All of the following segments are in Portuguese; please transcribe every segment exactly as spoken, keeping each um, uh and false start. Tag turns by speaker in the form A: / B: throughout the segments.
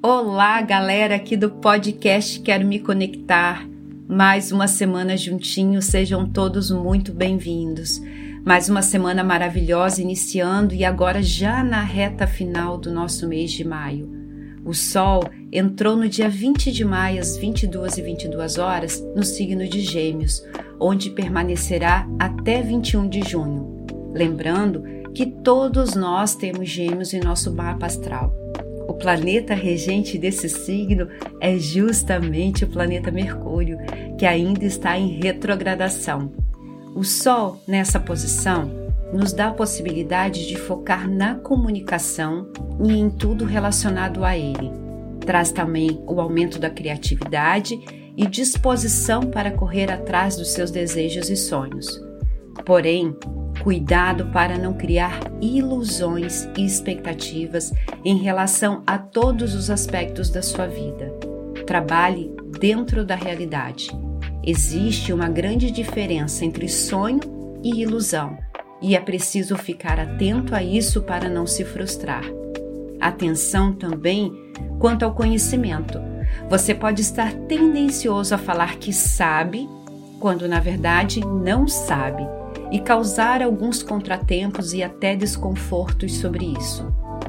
A: Olá, galera aqui do podcast Quero Me Conectar. Mais uma semana juntinhos, sejam todos muito bem-vindos. Mais uma semana maravilhosa iniciando e agora já na reta final do nosso mês de maio. O Sol entrou no dia vinte de maio às vinte e duas e vinte e duas horas no signo de Gêmeos, onde permanecerá até vinte e um de junho. Lembrando que todos nós temos Gêmeos em nosso mapa astral. O planeta regente desse signo é justamente o planeta Mercúrio, que ainda está em retrogradação. O Sol, nessa posição, nos dá a possibilidade de focar na comunicação e em tudo relacionado a ele. Traz também o aumento da criatividade e disposição para correr atrás dos seus desejos e sonhos. Porém, cuidado para não criar ilusões e expectativas em relação a todos os aspectos da sua vida. Trabalhe dentro da realidade. Existe uma grande diferença entre sonho e ilusão, e é preciso ficar atento a isso para não se frustrar. Atenção também quanto ao conhecimento. Você pode estar tendencioso a falar que sabe, quando na verdade não sabe, e causar alguns contratempos e até desconfortos sobre isso.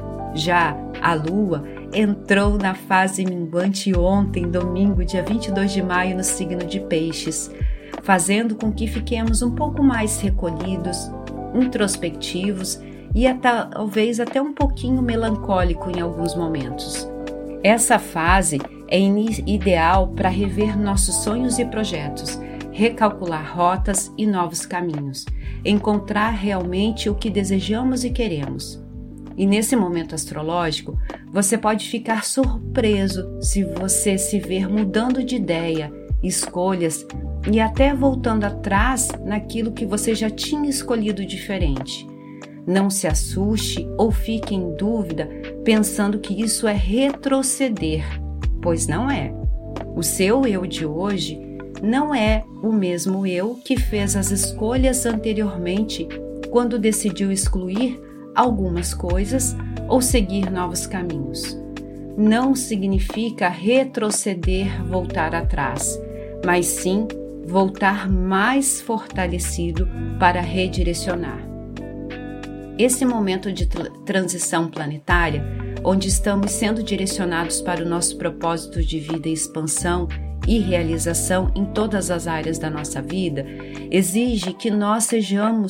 A: Já a Lua entrou na fase minguante ontem, domingo, dia vinte e dois de maio, no signo de Peixes, fazendo com que fiquemos um pouco mais recolhidos, introspectivos e até, talvez até um pouquinho melancólico em alguns momentos. Essa fase é ideal para rever nossos sonhos e projetos, recalcular rotas e novos caminhos, encontrar realmente o que desejamos e queremos. E nesse momento astrológico, você pode ficar surpreso se você se ver mudando de ideia, escolhas e até voltando atrás naquilo que você já tinha escolhido diferente. Não se assuste ou fique em dúvida pensando que isso é retroceder, pois não é. O seu eu de hoje não é o mesmo eu que fez as escolhas anteriormente quando decidiu excluir algumas coisas ou seguir novos caminhos. Não significa retroceder, voltar atrás, mas sim voltar mais fortalecido para redirecionar. Esse momento de tr- transição planetária, onde estamos sendo direcionados para o nosso propósito de vida e expansão e realização em todas as áreas da nossa vida, exige que nós sejamos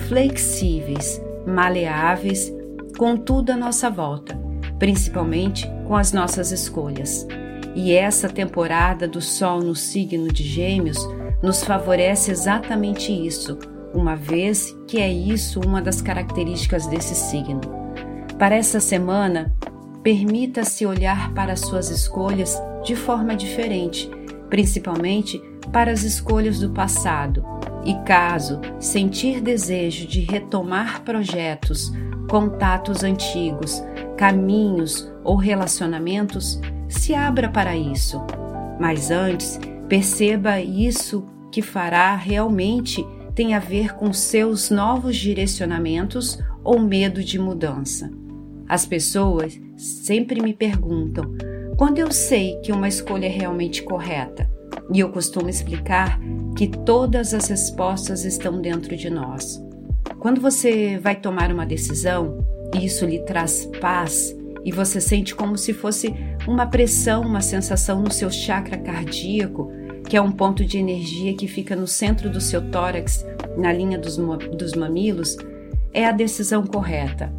A: flexíveis, maleáveis com tudo à nossa volta, principalmente com as nossas escolhas. E essa temporada do Sol no signo de Gêmeos nos favorece exatamente isso, uma vez que é isso uma das características desse signo. Para essa semana, permita-se olhar para as suas escolhas de forma diferente, principalmente para as escolhas do passado. E caso sentir desejo de retomar projetos, contatos antigos, caminhos ou relacionamentos, se abra para isso. Mas antes, perceba isso que fará realmente tem a ver com seus novos direcionamentos ou medo de mudança. As pessoas sempre me perguntam: quando eu sei que uma escolha é realmente correta? E eu costumo explicar que todas as respostas estão dentro de nós. Quando você vai tomar uma decisão, isso lhe traz paz e você sente como se fosse uma pressão, uma sensação no seu chakra cardíaco, que é um ponto de energia que fica no centro do seu tórax, na linha dos, dos mamilos, é a decisão correta.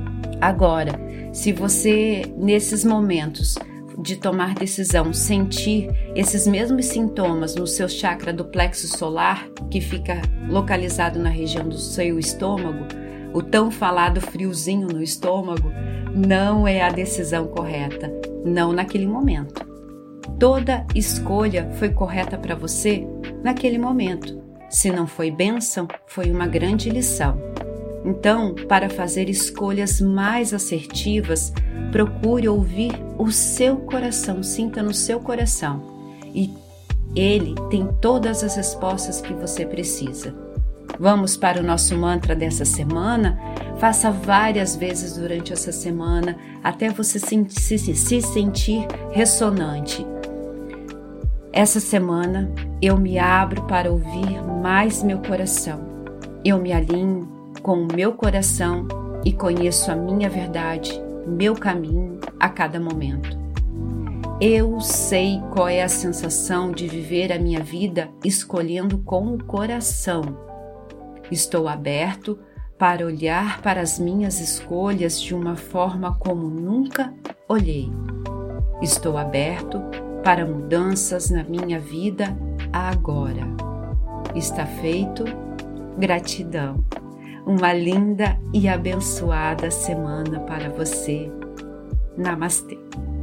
A: Agora, se você, nesses momentos de tomar decisão, sentir esses mesmos sintomas no seu chakra do plexo solar, que fica localizado na região do seu estômago, o tão falado friozinho no estômago, não é a decisão correta, não naquele momento. Toda escolha foi correta para você naquele momento. Se não foi bênção, foi uma grande lição. Então, para fazer escolhas mais assertivas, procure ouvir o seu coração, sinta no seu coração. E ele tem todas as respostas que você precisa. Vamos para o nosso mantra dessa semana? Faça várias vezes durante essa semana até você se, se, se sentir ressonante. Essa semana eu me abro para ouvir mais meu coração. Eu me alinho com o meu coração e conheço a minha verdade, meu caminho a cada momento. Eu sei qual é a sensação de viver a minha vida escolhendo com o coração. Estou aberto para olhar para as minhas escolhas de uma forma como nunca olhei. Estou aberto para mudanças na minha vida agora. Está feito. Gratidão. Uma linda e abençoada semana para você. Namastê.